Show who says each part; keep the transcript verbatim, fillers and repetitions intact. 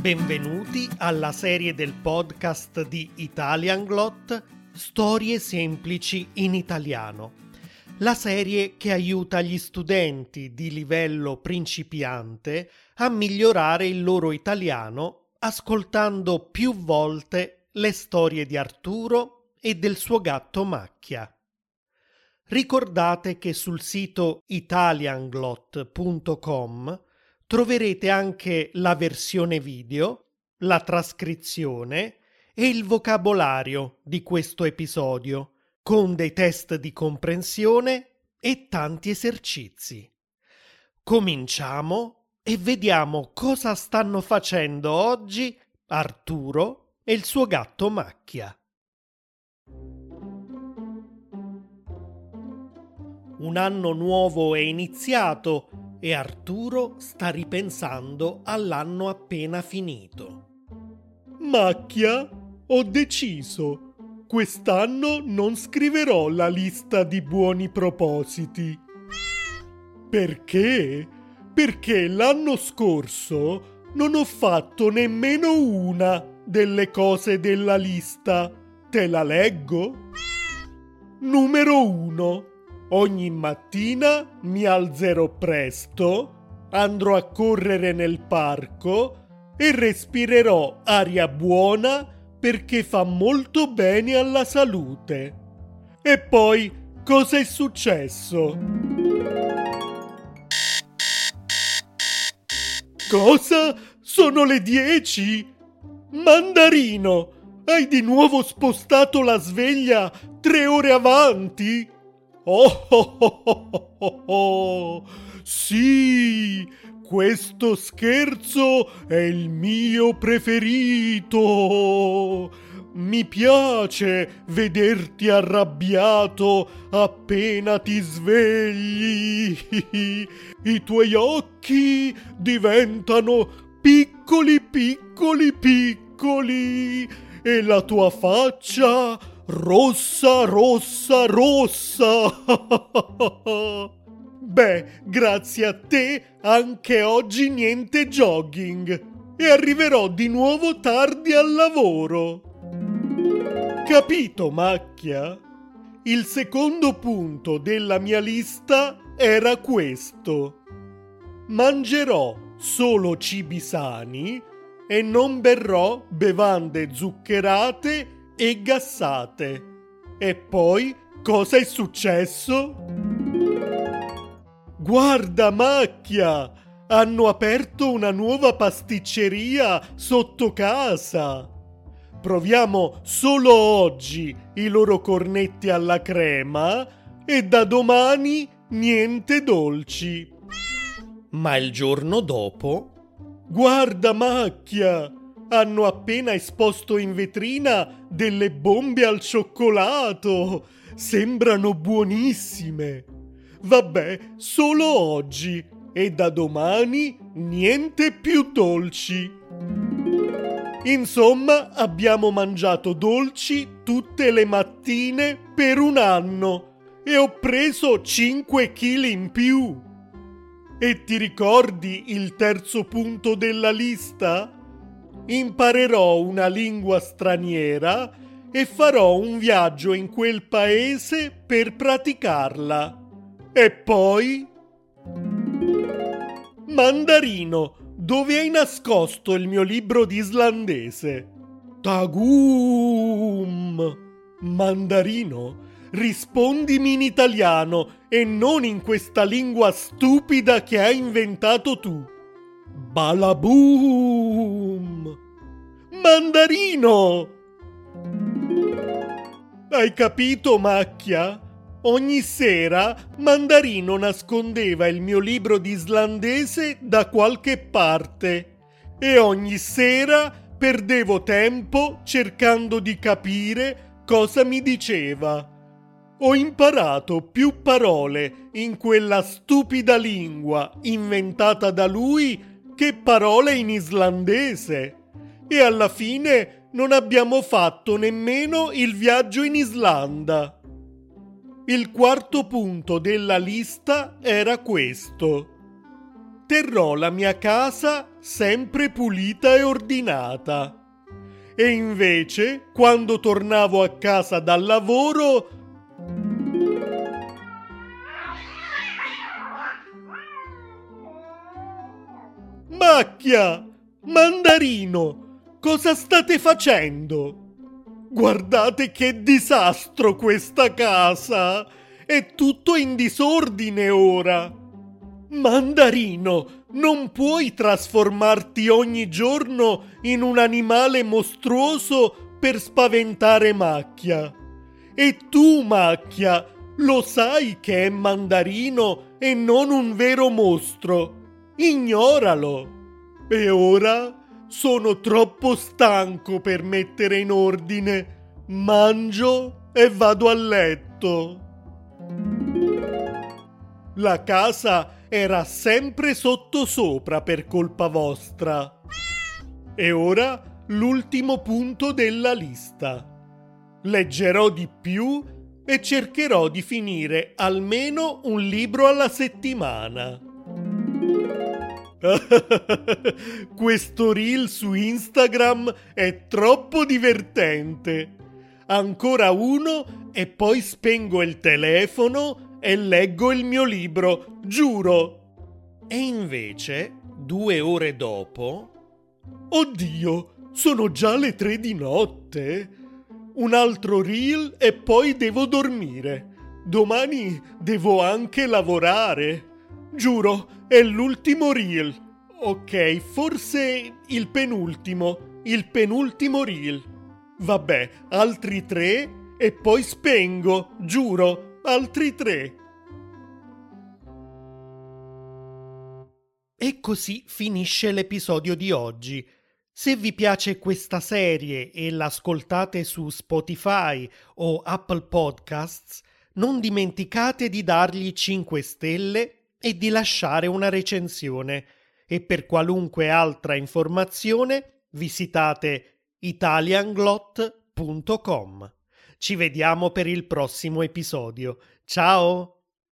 Speaker 1: Benvenuti alla serie del podcast di Italianglot Storie semplici in italiano, la serie che aiuta gli studenti di livello principiante a migliorare il loro italiano ascoltando più volte le storie di Arturo e del suo gatto Macchia. Ricordate che sul sito italianglot punto com troverete anche la versione video, la trascrizione e il vocabolario di questo episodio, con dei test di comprensione e tanti esercizi. Cominciamo e vediamo cosa stanno facendo oggi Arturo e il suo gatto Macchia. Un anno nuovo è iniziato e Arturo sta ripensando all'anno appena finito.
Speaker 2: Macchia, ho deciso. Quest'anno non scriverò la lista di buoni propositi. Perché? Perché l'anno scorso non ho fatto nemmeno una delle cose della lista. Te la leggo? Numero uno. Ogni mattina mi alzerò presto, andrò a correre nel parco e respirerò aria buona perché fa molto bene alla salute. E poi, cosa è successo? Cosa? Sono le dieci? Mandarino, hai di nuovo spostato la sveglia tre ore avanti? Oh, oh, oh, oh, oh, oh, sì, questo scherzo è il mio preferito. Mi piace vederti arrabbiato appena ti svegli. I tuoi occhi diventano piccoli, piccoli, piccoli e la tua faccia rossa, rossa, rossa. Beh, grazie a te anche oggi niente jogging e arriverò di nuovo tardi al lavoro. Capito, Macchia? Il secondo punto della mia lista era questo. Mangerò solo cibi sani e non berrò bevande zuccherate e gassate. E poi cosa è successo? Guarda, Macchia, hanno aperto una nuova pasticceria sotto casa. Proviamo solo oggi i loro cornetti alla crema e da domani niente dolci.
Speaker 1: Ma il giorno dopo...
Speaker 2: Guarda, Macchia, hanno appena esposto in vetrina delle bombe al cioccolato. Sembrano buonissime. Vabbè, solo oggi e da domani niente più dolci. Insomma, abbiamo mangiato dolci tutte le mattine per un anno e ho preso cinque chili in più. E ti ricordi il terzo punto della lista? Imparerò una lingua straniera e farò un viaggio in quel paese per praticarla. E poi... Mandarino, dove hai nascosto il mio libro di islandese? Tagum! Mandarino, rispondimi in italiano e non in questa lingua stupida che hai inventato tu. Balaboom! Mandarino! Hai capito, Macchia? Ogni sera Mandarino nascondeva il mio libro di islandese da qualche parte e ogni sera perdevo tempo cercando di capire cosa mi diceva. Ho imparato più parole in quella stupida lingua inventata da lui che parole in islandese. E alla fine non abbiamo fatto nemmeno il viaggio in Islanda. Il quarto punto della lista era questo. terrò la mia casa sempre pulita e ordinata. E invece, quando tornavo a casa dal lavoro, Macchia! Mandarino! Cosa state facendo? Guardate che disastro questa casa! È tutto in disordine ora! Mandarino, non puoi trasformarti ogni giorno in un animale mostruoso per spaventare Macchia. E tu, Macchia, lo sai che è Mandarino e non un vero mostro. Ignoralo. E ora sono troppo stanco per mettere in ordine. Mangio e vado a letto. La casa era sempre sottosopra per colpa vostra. E ora l'ultimo punto della lista. Leggerò di più e cercherò di finire almeno un libro alla settimana. Questo reel su Instagram è troppo divertente. Ancora uno e poi spengo il telefono e leggo il mio libro, giuro.
Speaker 1: E invece, due ore dopo...
Speaker 2: Oddio, sono già le tre di notte. Un altro reel e poi devo dormire. Domani devo anche lavorare. Giuro, è l'ultimo reel. Ok, forse il penultimo. Il penultimo reel. Vabbè, altri tre e poi spengo. Giuro, altri tre.
Speaker 1: E così finisce l'episodio di oggi. Se vi piace questa serie e l'ascoltate su Spotify o Apple Podcasts, non dimenticate di dargli cinque stelle e di lasciare una recensione. E per qualunque altra informazione visitate italianglot punto com. Ci vediamo per il prossimo episodio. Ciao!